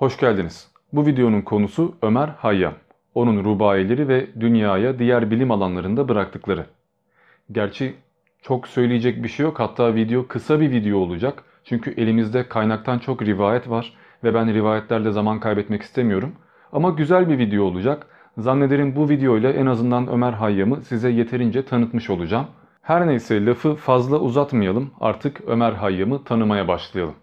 Hoş geldiniz. Bu videonun konusu Ömer Hayyam. Onun rubaileri ve dünyaya diğer bilim alanlarında bıraktıkları. Gerçi çok söyleyecek bir şey yok. Hatta video kısa bir video olacak. Çünkü elimizde kaynaktan çok rivayet var ve ben rivayetlerle zaman kaybetmek istemiyorum. Ama güzel bir video olacak. Zannederim bu videoyla en azından Ömer Hayyam'ı size yeterince tanıtmış olacağım. Her neyse lafı fazla uzatmayalım. Artık Ömer Hayyam'ı tanımaya başlayalım.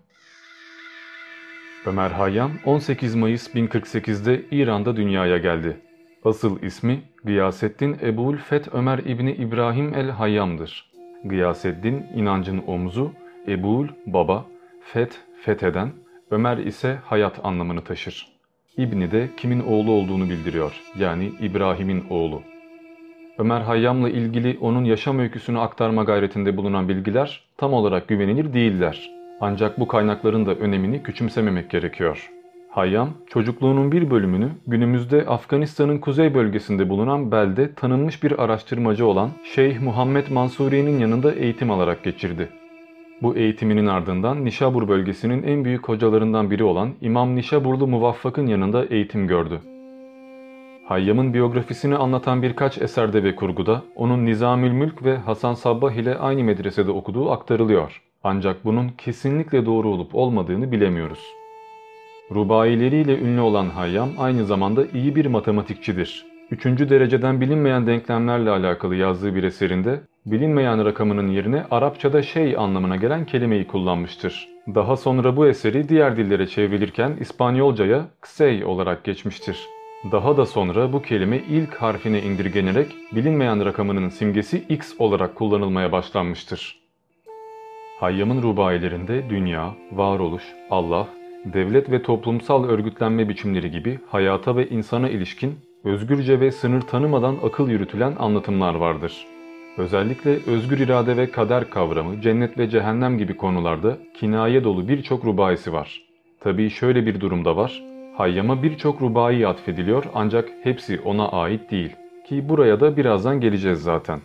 Ömer Hayyam 18 Mayıs 1048'de İran'da dünyaya geldi. Asıl ismi Gıyaseddin Ebu'l Feth Ömer İbni İbrahim el-Hayyam'dır. Gıyaseddin inancın omzu, Ebu'l baba, Feth fetheden, Ömer ise hayat anlamını taşır. İbni de kimin oğlu olduğunu bildiriyor, yani İbrahim'in oğlu. Ömer Hayyam'la ilgili onun yaşam öyküsünü aktarma gayretinde bulunan bilgiler tam olarak güvenilir değiller. Ancak bu kaynakların da önemini küçümsememek gerekiyor. Hayyam, çocukluğunun bir bölümünü günümüzde Afganistan'ın kuzey bölgesinde bulunan Bel'de tanınmış bir araştırmacı olan Şeyh Muhammed Mansuri'nin yanında eğitim alarak geçirdi. Bu eğitiminin ardından Nişabur bölgesinin en büyük hocalarından biri olan İmam Nişaburlu Muvaffak'ın yanında eğitim gördü. Hayyam'ın biyografisini anlatan birkaç eserde ve kurguda onun Nizamül Mülk ve Hasan Sabbah ile aynı medresede okuduğu aktarılıyor. Ancak bunun kesinlikle doğru olup olmadığını bilemiyoruz. Rubaileriyle ünlü olan Hayyam aynı zamanda iyi bir matematikçidir. Üçüncü dereceden bilinmeyen denklemlerle alakalı yazdığı bir eserinde bilinmeyen rakamının yerine Arapçada şey anlamına gelen kelimeyi kullanmıştır. Daha sonra bu eseri diğer dillere çevrilirken İspanyolcaya ksey olarak geçmiştir. Daha da sonra bu kelime ilk harfine indirgenerek bilinmeyen rakamının simgesi X olarak kullanılmaya başlanmıştır. Hayyam'ın rubailerinde dünya, varoluş, Allah, devlet ve toplumsal örgütlenme biçimleri gibi hayata ve insana ilişkin özgürce ve sınır tanımadan akıl yürütülen anlatımlar vardır. Özellikle özgür irade ve kader kavramı, cennet ve cehennem gibi konularda kinaye dolu birçok rubaisi var. Tabii şöyle bir durumda var. Hayyam'a birçok rubai atfediliyor ancak hepsi ona ait değil. Ki buraya da birazdan geleceğiz zaten.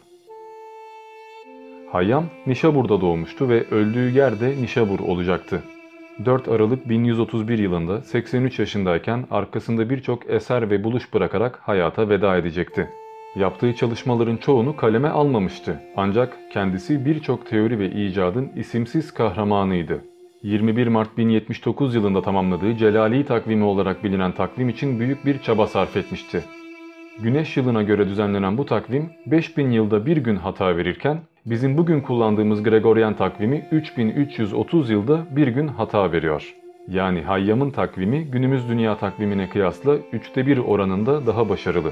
Hayyam Nişabur'da doğmuştu ve öldüğü yer de Nişabur olacaktı. 4 Aralık 1131 yılında 83 yaşındayken arkasında birçok eser ve buluş bırakarak hayata veda edecekti. Yaptığı çalışmaların çoğunu kaleme almamıştı ancak kendisi birçok teori ve icadın isimsiz kahramanıydı. 21 Mart 1079 yılında tamamladığı Celali takvimi olarak bilinen takvim için büyük bir çaba sarf etmişti. Güneş yılına göre düzenlenen bu takvim 5000 yılda bir gün hata verirken bizim bugün kullandığımız Gregorian takvimi 3330 yılda bir gün hata veriyor. Yani Hayyam'ın takvimi günümüz dünya takvimine kıyasla 1/3 oranında daha başarılı.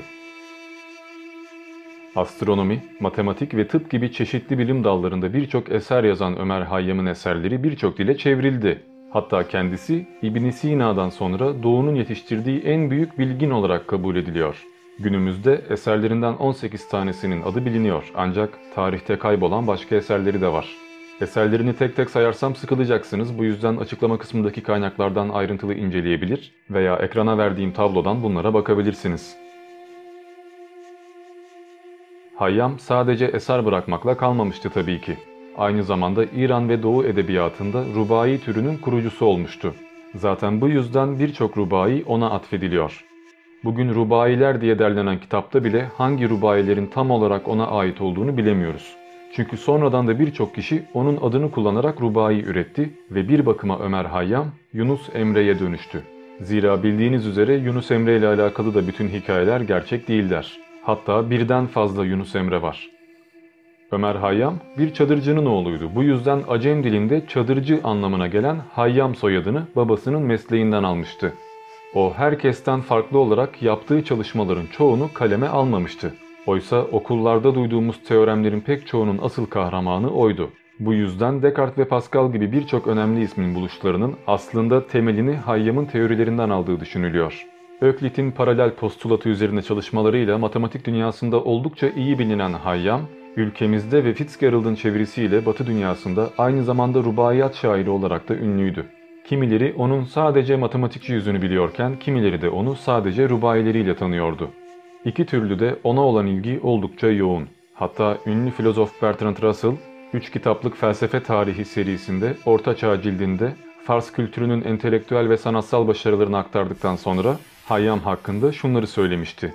Astronomi, matematik ve tıp gibi çeşitli bilim dallarında birçok eser yazan Ömer Hayyam'ın eserleri birçok dile çevrildi. Hatta kendisi İbn Sina'dan sonra Doğu'nun yetiştirdiği en büyük bilgin olarak kabul ediliyor. Günümüzde eserlerinden 18 tanesinin adı biliniyor ancak tarihte kaybolan başka eserleri de var. Eserlerini tek tek sayarsam sıkılacaksınız, bu yüzden açıklama kısmındaki kaynaklardan ayrıntılı inceleyebilir veya ekrana verdiğim tablodan bunlara bakabilirsiniz. Hayyam sadece eser bırakmakla kalmamıştı tabii ki. Aynı zamanda İran ve Doğu edebiyatında rubai türünün kurucusu olmuştu. Zaten bu yüzden birçok rubai ona atfediliyor. Bugün rubailer diye derlenen kitapta bile hangi rubailerin tam olarak ona ait olduğunu bilemiyoruz. Çünkü sonradan da birçok kişi onun adını kullanarak rubai üretti ve bir bakıma Ömer Hayyam Yunus Emre'ye dönüştü. Zira bildiğiniz üzere Yunus Emre ile alakalı da bütün hikayeler gerçek değiller. Hatta birden fazla Yunus Emre var. Ömer Hayyam bir çadırcının oğluydu. Bu yüzden Acem dilinde çadırcı anlamına gelen Hayyam soyadını babasının mesleğinden almıştı. O herkesten farklı olarak yaptığı çalışmaların çoğunu kaleme almamıştı. Oysa okullarda duyduğumuz teoremlerin pek çoğunun asıl kahramanı oydu. Bu yüzden Descartes ve Pascal gibi birçok önemli ismin buluşlarının aslında temelini Hayyam'ın teorilerinden aldığı düşünülüyor. Öklit'in paralel postulatı üzerine çalışmalarıyla matematik dünyasında oldukça iyi bilinen Hayyam, ülkemizde ve Fitzgerald'ın çevirisiyle Batı dünyasında aynı zamanda rubaiyat şairi olarak da ünlüydü. Kimileri onun sadece matematikçi yüzünü biliyorken kimileri de onu sadece rubaileriyle tanıyordu. İki türlü de ona olan ilgi oldukça yoğun. Hatta ünlü filozof Bertrand Russell, 3 kitaplık felsefe tarihi serisinde Orta Çağ cildinde Fars kültürünün entelektüel ve sanatsal başarılarını aktardıktan sonra Hayyam hakkında şunları söylemişti.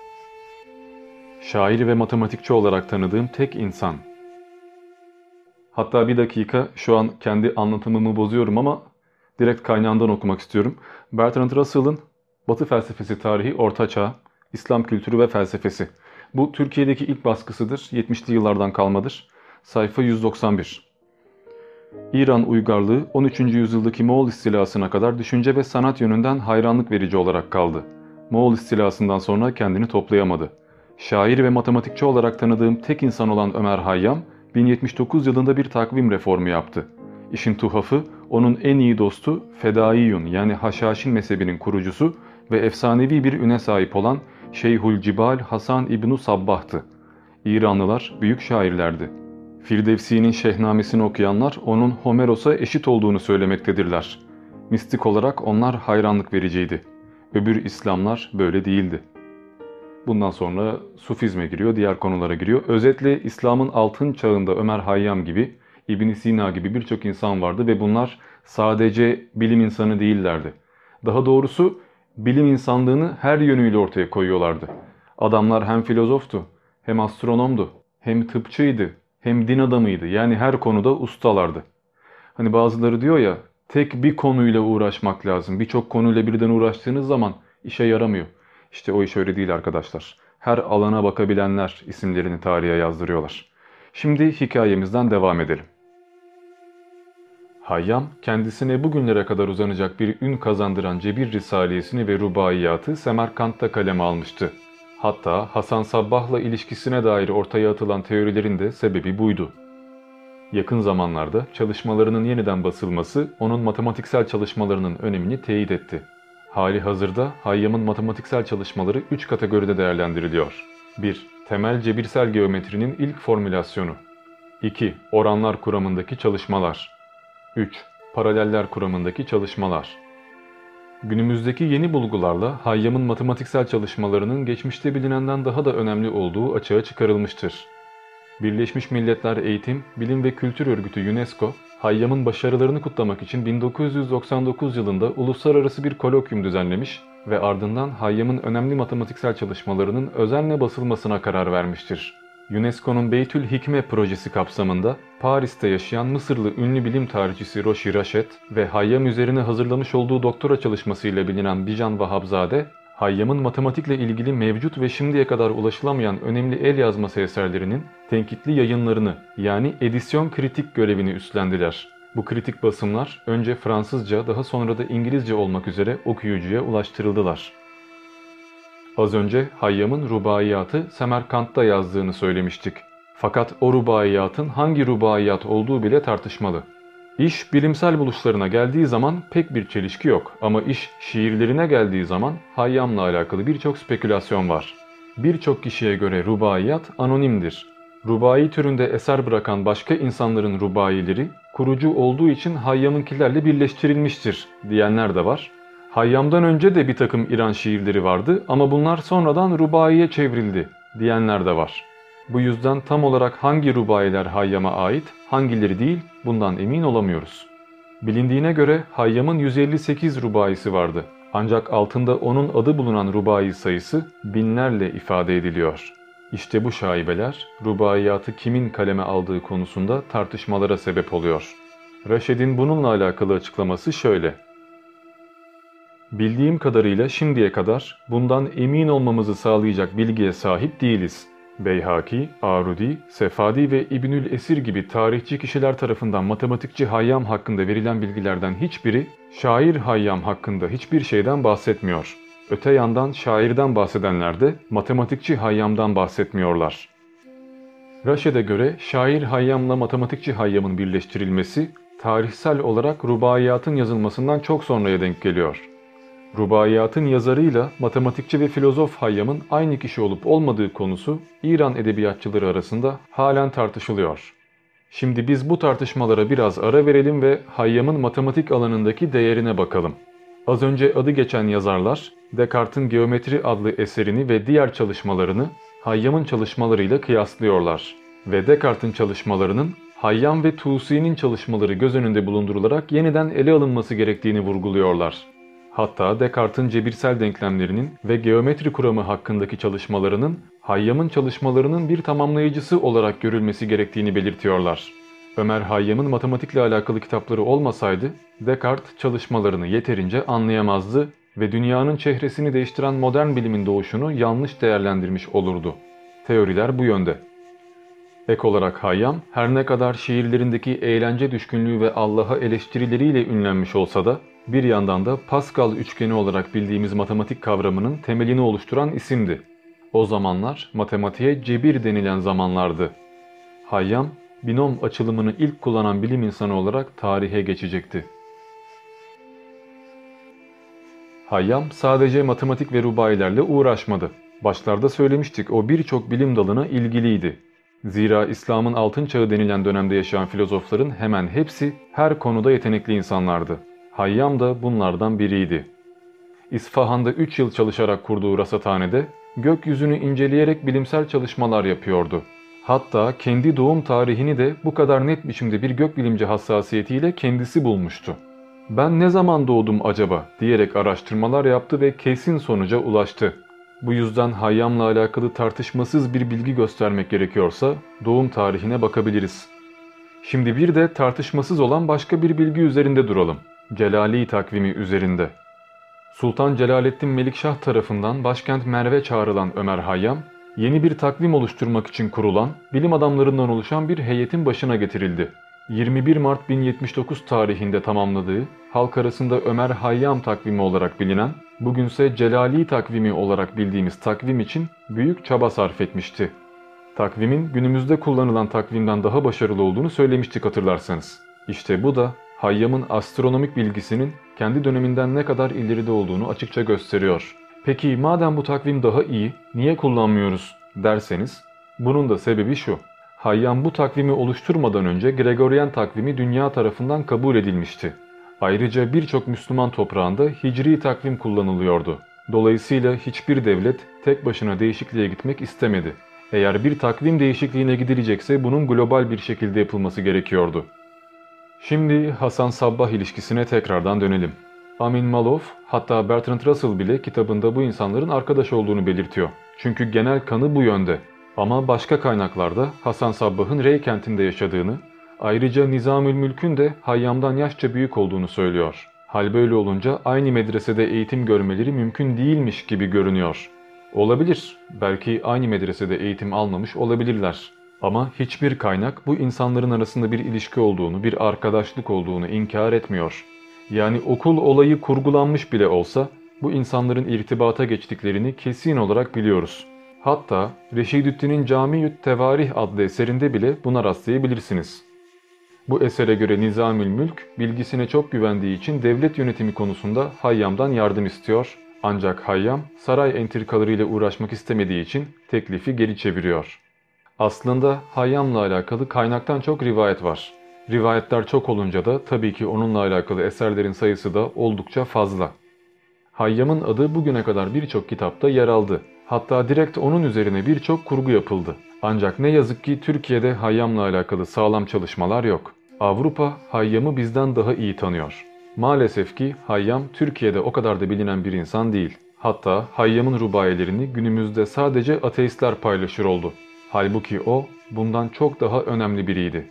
Şair ve matematikçi olarak tanıdığım tek insan. Hatta bir dakika, şu an kendi anlatımımı bozuyorum ama direkt kaynağından okumak istiyorum. Bertrand Russell'ın Batı Felsefesi Tarihi Orta Çağ, İslam Kültürü ve Felsefesi. Bu Türkiye'deki ilk baskısıdır. 70'li yıllardan kalmadır. Sayfa 191. İran uygarlığı 13. yüzyıldaki Moğol istilasına kadar düşünce ve sanat yönünden hayranlık verici olarak kaldı. Moğol istilasından sonra kendini toplayamadı. Şair ve matematikçi olarak tanıdığım tek insan olan Ömer Hayyam, 1079 yılında bir takvim reformu yaptı. İşin tuhafı, onun en iyi dostu Fedaiyun yani Haşhaşin mezhebinin kurucusu ve efsanevi bir üne sahip olan Şeyhülcibal Hasan İbn Sabbah'tı. İranlılar büyük şairlerdi. Firdevsi'nin Şehnamesini okuyanlar onun Homeros'a eşit olduğunu söylemektedirler. Mistik olarak onlar hayranlık vericiydi. Öbür İslamlar böyle değildi. Bundan sonra Sufizme giriyor, diğer konulara giriyor. Özetle İslam'ın altın çağında Ömer Hayyam gibi, İbn Sina gibi birçok insan vardı ve bunlar sadece bilim insanı değillerdi. Daha doğrusu bilim insanlığını her yönüyle ortaya koyuyorlardı. Adamlar hem filozoftu, hem astronomdu, hem tıpçıydı, hem din adamıydı. Yani her konuda ustalardı. Hani bazıları diyor ya, tek bir konuyla uğraşmak lazım. Birçok konuyla birden uğraştığınız zaman işe yaramıyor. İşte o iş öyle değil arkadaşlar. Her alana bakabilenler isimlerini tarihe yazdırıyorlar. Şimdi hikayemizden devam edelim. Hayyam, kendisine bugünlere kadar uzanacak bir ün kazandıran Cebir Risalesini ve Rubaiyatı Semerkant'ta kaleme almıştı. Hatta Hasan Sabbah'la ilişkisine dair ortaya atılan teorilerin de sebebi buydu. Yakın zamanlarda çalışmalarının yeniden basılması onun matematiksel çalışmalarının önemini teyit etti. Hali hazırda Hayyam'ın matematiksel çalışmaları 3 kategoride değerlendiriliyor. 1. Temel cebirsel geometrinin ilk formülasyonu. 2. Oranlar kuramındaki çalışmalar. 3. Paraleller kuramındaki çalışmalar. Günümüzdeki yeni bulgularla Hayyam'ın matematiksel çalışmalarının geçmişte bilinenden daha da önemli olduğu açığa çıkarılmıştır. Birleşmiş Milletler Eğitim, Bilim ve Kültür Örgütü UNESCO, Hayyam'ın başarılarını kutlamak için 1999 yılında uluslararası bir kolokyum düzenlemiş ve ardından Hayyam'ın önemli matematiksel çalışmalarının özenle basılmasına karar vermiştir. UNESCO'nun Beytül Hikme projesi kapsamında Paris'te yaşayan Mısırlı ünlü bilim tarihçisi Roshi Rashed ve Hayyam üzerine hazırlamış olduğu doktora çalışmasıyla bilinen Bijan Vahabzade, Hayyam'ın matematikle ilgili mevcut ve şimdiye kadar ulaşılamayan önemli el yazması eserlerinin tenkitli yayınlarını yani edisyon kritik görevini üstlendiler. Bu kritik basımlar önce Fransızca daha sonra da İngilizce olmak üzere okuyucuya ulaştırıldılar. Az önce Hayyam'ın Rubaiyatı Semerkant'ta yazdığını söylemiştik. Fakat o rubaiyatın hangi rubaiyat olduğu bile tartışmalı. İş bilimsel buluşlarına geldiği zaman pek bir çelişki yok ama iş şiirlerine geldiği zaman Hayyam'la alakalı birçok spekülasyon var. Birçok kişiye göre rubaiyat anonimdir. Rubai türünde eser bırakan başka insanların rubaileri kurucu olduğu için Hayyam'ınkilerle birleştirilmiştir diyenler de var. Hayyam'dan önce de bir takım İran şiirleri vardı ama bunlar sonradan rubaiye çevrildi diyenler de var. Bu yüzden tam olarak hangi rubailer Hayyam'a ait, hangileri değil bundan emin olamıyoruz. Bilindiğine göre Hayyam'ın 158 rubaisi vardı. Ancak altında onun adı bulunan rubai sayısı binlerle ifade ediliyor. İşte bu şaibeler rubaiyatı kimin kaleme aldığı konusunda tartışmalara sebep oluyor. Raşed'in bununla alakalı açıklaması şöyle. Bildiğim kadarıyla şimdiye kadar bundan emin olmamızı sağlayacak bilgiye sahip değiliz. Beyhaki, Arudi, Sefadi ve İbnül Esir gibi tarihçi kişiler tarafından matematikçi Hayyam hakkında verilen bilgilerden hiçbiri şair Hayyam hakkında hiçbir şeyden bahsetmiyor. Öte yandan şairden bahsedenler de matematikçi Hayyam'dan bahsetmiyorlar. Raşed'e göre şair Hayyam'la matematikçi Hayyam'ın birleştirilmesi tarihsel olarak rubaiyatın yazılmasından çok sonraya denk geliyor. Rubaiyatın yazarıyla matematikçi ve filozof Hayyam'ın aynı kişi olup olmadığı konusu İran edebiyatçıları arasında halen tartışılıyor. Şimdi biz bu tartışmalara biraz ara verelim ve Hayyam'ın matematik alanındaki değerine bakalım. Az önce adı geçen yazarlar Descartes'in Geometri adlı eserini ve diğer çalışmalarını Hayyam'ın çalışmalarıyla kıyaslıyorlar ve Descartes'in çalışmalarının Hayyam ve Tusi'nin çalışmaları göz önünde bulundurularak yeniden ele alınması gerektiğini vurguluyorlar. Hatta Descartes'in cebirsel denklemlerinin ve geometri kuramı hakkındaki çalışmalarının Hayyam'ın çalışmalarının bir tamamlayıcısı olarak görülmesi gerektiğini belirtiyorlar. Ömer Hayyam'ın matematikle alakalı kitapları olmasaydı Descartes çalışmalarını yeterince anlayamazdı ve dünyanın çehresini değiştiren modern bilimin doğuşunu yanlış değerlendirmiş olurdu. Teoriler bu yönde. Ek olarak Hayyam, her ne kadar şiirlerindeki eğlence düşkünlüğü ve Allah'a eleştirileriyle ünlenmiş olsa da, bir yandan da Pascal üçgeni olarak bildiğimiz matematik kavramının temelini oluşturan isimdi. O zamanlar matematiğe cebir denilen zamanlardı. Hayyam, binom açılımını ilk kullanan bilim insanı olarak tarihe geçecekti. Hayyam sadece matematik ve rubailerle uğraşmadı. Başlarda söylemiştik, o birçok bilim dalına ilgiliydi. Zira İslam'ın altın çağı denilen dönemde yaşayan filozofların hemen hepsi her konuda yetenekli insanlardı. Hayyam da bunlardan biriydi. İsfahan'da 3 yıl çalışarak kurduğu rasathanede gökyüzünü inceleyerek bilimsel çalışmalar yapıyordu. Hatta kendi doğum tarihini de bu kadar net biçimde bir gökbilimci hassasiyetiyle kendisi bulmuştu. "Ben ne zaman doğdum acaba?" diyerek araştırmalar yaptı ve kesin sonuca ulaştı. Bu yüzden Hayyam'la alakalı tartışmasız bir bilgi göstermek gerekiyorsa doğum tarihine bakabiliriz. Şimdi bir de tartışmasız olan başka bir bilgi üzerinde duralım. Celali takvimi üzerinde. Sultan Celaleddin Melikşah tarafından başkent Merv'e çağrılan Ömer Hayyam, yeni bir takvim oluşturmak için kurulan, bilim adamlarından oluşan bir heyetin başına getirildi. 21 Mart 1079 tarihinde tamamladığı, halk arasında Ömer Hayyam takvimi olarak bilinen, bugünse Celali takvimi olarak bildiğimiz takvim için büyük çaba sarf etmişti. Takvimin günümüzde kullanılan takvimden daha başarılı olduğunu söylemiştik hatırlarsanız. İşte bu da Hayyam'ın astronomik bilgisinin kendi döneminden ne kadar ileride olduğunu açıkça gösteriyor. Peki madem bu takvim daha iyi, niye kullanmıyoruz derseniz, bunun da sebebi şu. Hayyam bu takvimi oluşturmadan önce Gregorian takvimi dünya tarafından kabul edilmişti. Ayrıca birçok Müslüman toprağında Hicri takvim kullanılıyordu. Dolayısıyla hiçbir devlet tek başına değişikliğe gitmek istemedi. Eğer bir takvim değişikliğine gidilecekse bunun global bir şekilde yapılması gerekiyordu. Şimdi Hasan Sabbah ilişkisine tekrardan dönelim. Amin Malov, hatta Bertrand Russell bile kitabında bu insanların arkadaş olduğunu belirtiyor. Çünkü genel kanı bu yönde. Ama başka kaynaklarda Hasan Sabbah'ın Rey kentinde yaşadığını, ayrıca Nizamülmülk'ün de Hayyam'dan yaşça büyük olduğunu söylüyor. Hal böyle olunca aynı medresede eğitim görmeleri mümkün değilmiş gibi görünüyor. Olabilir, belki aynı medresede eğitim almamış olabilirler. Ama hiçbir kaynak bu insanların arasında bir ilişki olduğunu, bir arkadaşlık olduğunu inkar etmiyor. Yani okul olayı kurgulanmış bile olsa bu insanların irtibata geçtiklerini kesin olarak biliyoruz. Hatta Reşidüddin'in Cami-ü't Tevarih adlı eserinde bile buna rastlayabilirsiniz. Bu esere göre Nizamülmülk bilgisine çok güvendiği için devlet yönetimi konusunda Hayyam'dan yardım istiyor. Ancak Hayyam saray entrikalarıyla uğraşmak istemediği için teklifi geri çeviriyor. Aslında Hayyam'la alakalı kaynaktan çok rivayet var. Rivayetler çok olunca da tabii ki onunla alakalı eserlerin sayısı da oldukça fazla. Hayyam'ın adı bugüne kadar birçok kitapta yer aldı. Hatta direkt onun üzerine birçok kurgu yapıldı. Ancak ne yazık ki Türkiye'de Hayyam'la alakalı sağlam çalışmalar yok. Avrupa Hayyam'ı bizden daha iyi tanıyor. Maalesef ki Hayyam Türkiye'de o kadar da bilinen bir insan değil. Hatta Hayyam'ın rubailerini günümüzde sadece ateistler paylaşır oldu. Halbuki o bundan çok daha önemli biriydi.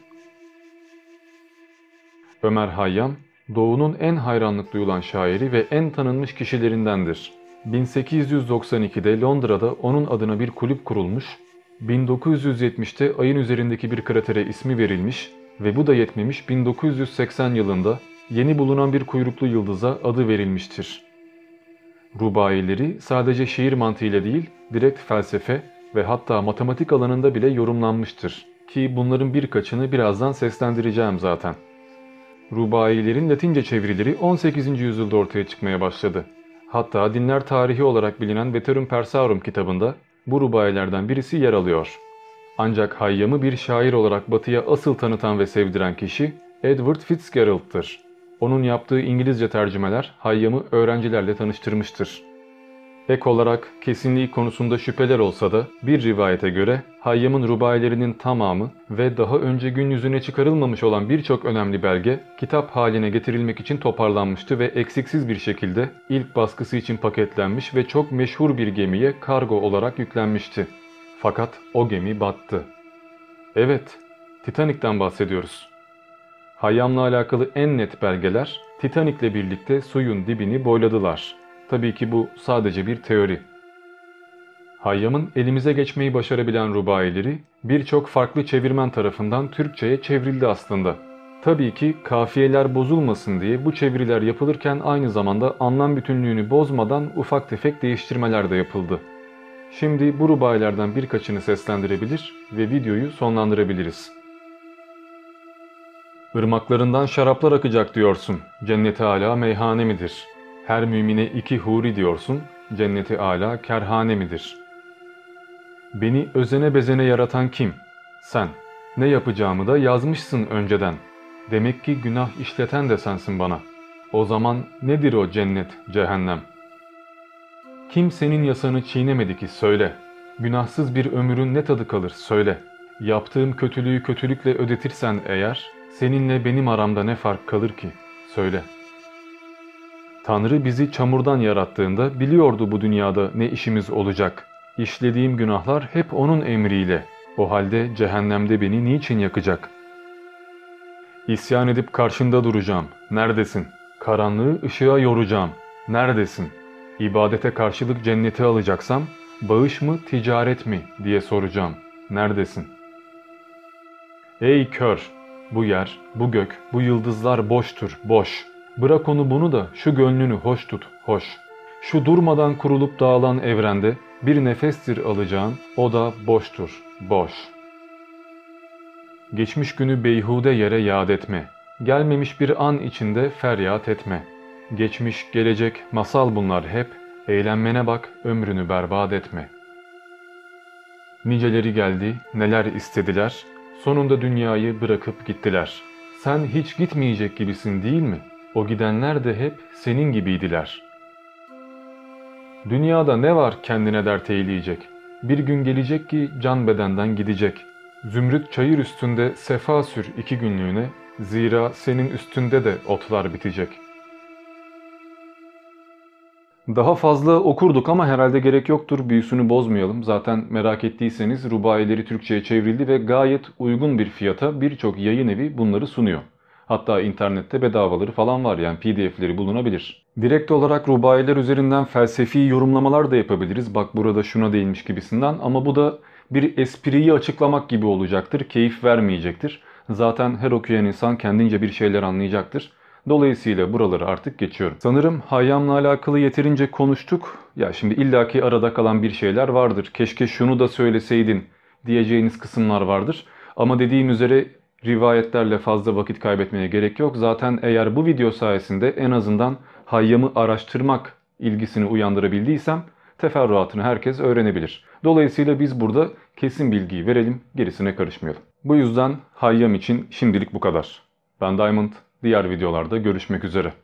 Ömer Hayyam, Doğu'nun en hayranlık duyulan şairi ve en tanınmış kişilerindendir. 1892'de Londra'da onun adına bir kulüp kurulmuş, 1970'te ayın üzerindeki bir kratere ismi verilmiş ve bu da yetmemiş 1980 yılında yeni bulunan bir kuyruklu yıldıza adı verilmiştir. Rubaileri sadece şiir mantığıyla değil, direkt felsefe ve hatta matematik alanında bile yorumlanmıştır ki bunların birkaçını birazdan seslendireceğim zaten. Rubailerin Latince çevirileri 18. yüzyılda ortaya çıkmaya başladı. Hatta dinler tarihi olarak bilinen Veterum Persarum kitabında bu rubailerden birisi yer alıyor. Ancak Hayyam'ı bir şair olarak Batı'ya asıl tanıtan ve sevdiren kişi Edward Fitzgerald'tır. Onun yaptığı İngilizce tercümeler Hayyam'ı öğrencilerle tanıştırmıştır. Ek olarak kesinliği konusunda şüpheler olsa da bir rivayete göre Hayyam'ın rubailerinin tamamı ve daha önce gün yüzüne çıkarılmamış olan birçok önemli belge kitap haline getirilmek için toparlanmıştı ve eksiksiz bir şekilde ilk baskısı için paketlenmiş ve çok meşhur bir gemiye kargo olarak yüklenmişti. Fakat o gemi battı. Evet, Titanik'ten bahsediyoruz. Hayyam'la alakalı en net belgeler Titanik'le birlikte suyun dibini boyladılar. Tabii ki bu sadece bir teori. Hayyam'ın elimize geçmeyi başarabilen rubaileri birçok farklı çevirmen tarafından Türkçe'ye çevrildi aslında. Tabii ki kafiyeler bozulmasın diye bu çeviriler yapılırken aynı zamanda anlam bütünlüğünü bozmadan ufak tefek değiştirmeler de yapıldı. Şimdi bu rubailerden birkaçını seslendirebilir ve videoyu sonlandırabiliriz. Irmaklarından şaraplar akacak diyorsun, cennet-i âlâ meyhane midir? Her mümine 2 huri diyorsun, cennet-i âlâ kerhane midir? Beni özene bezene yaratan kim? Sen. Ne yapacağımı da yazmışsın önceden. Demek ki günah işleten de sensin bana. O zaman nedir o cennet, cehennem? Kim senin yasanı çiğnemedi ki söyle. Günahsız bir ömrün ne tadı kalır söyle. Yaptığım kötülüğü kötülükle ödetirsen eğer, seninle benim aramda ne fark kalır ki söyle. Tanrı bizi çamurdan yarattığında biliyordu bu dünyada ne işimiz olacak. İşlediğim günahlar hep onun emriyle. O halde cehennemde beni niçin yakacak? İsyan edip karşında duracağım. Neredesin? Karanlığı ışığa yoracağım. Neredesin? İbadete karşılık cenneti alacaksam, bağış mı ticaret mi diye soracağım. Neredesin? Ey kör! Bu yer, bu gök, bu yıldızlar boştur, boş. Bırak onu bunu da şu gönlünü hoş tut, hoş. Şu durmadan kurulup dağılan evrende bir nefestir alacağın, o da boştur, boş. Geçmiş günü beyhude yere yad etme. Gelmemiş bir an içinde feryat etme. Geçmiş, gelecek, masal bunlar hep. Eğlenmene bak, ömrünü berbat etme. Niceleri geldi, neler istediler. Sonunda dünyayı bırakıp gittiler. Sen hiç gitmeyecek gibisin değil mi? O gidenler de hep senin gibiydiler. Dünyada ne var kendine dert eyleyecek? Bir gün gelecek ki can bedenden gidecek. Zümrüt çayır üstünde sefa sür 2 günlüğüne, zira senin üstünde de otlar bitecek. Daha fazla okurduk ama herhalde gerek yoktur, büyüsünü bozmayalım. Zaten merak ettiyseniz rubaileri Türkçe'ye çevrildi ve gayet uygun bir fiyata birçok yayın evi bunları sunuyor. Hatta internette bedavaları falan var, yani PDF'leri bulunabilir. Direkt olarak rubailer üzerinden felsefi yorumlamalar da yapabiliriz. Bak burada şuna değinmiş gibisinden, ama bu da bir espriyi açıklamak gibi olacaktır. Keyif vermeyecektir. Zaten her okuyan insan kendince bir şeyler anlayacaktır. Dolayısıyla buraları artık geçiyorum. Sanırım Hayyam'la alakalı yeterince konuştuk. Ya şimdi illaki arada kalan bir şeyler vardır. Keşke şunu da söyleseydin diyeceğiniz kısımlar vardır. Ama dediğim üzere rivayetlerle fazla vakit kaybetmeye gerek yok. Zaten eğer bu video sayesinde en azından Hayyam'ı araştırmak ilgisini uyandırabildiysem teferruatını herkes öğrenebilir. Dolayısıyla biz burada kesin bilgiyi verelim, gerisine karışmayalım. Bu yüzden Hayyam için şimdilik bu kadar. Ben Diamond, diğer videolarda görüşmek üzere.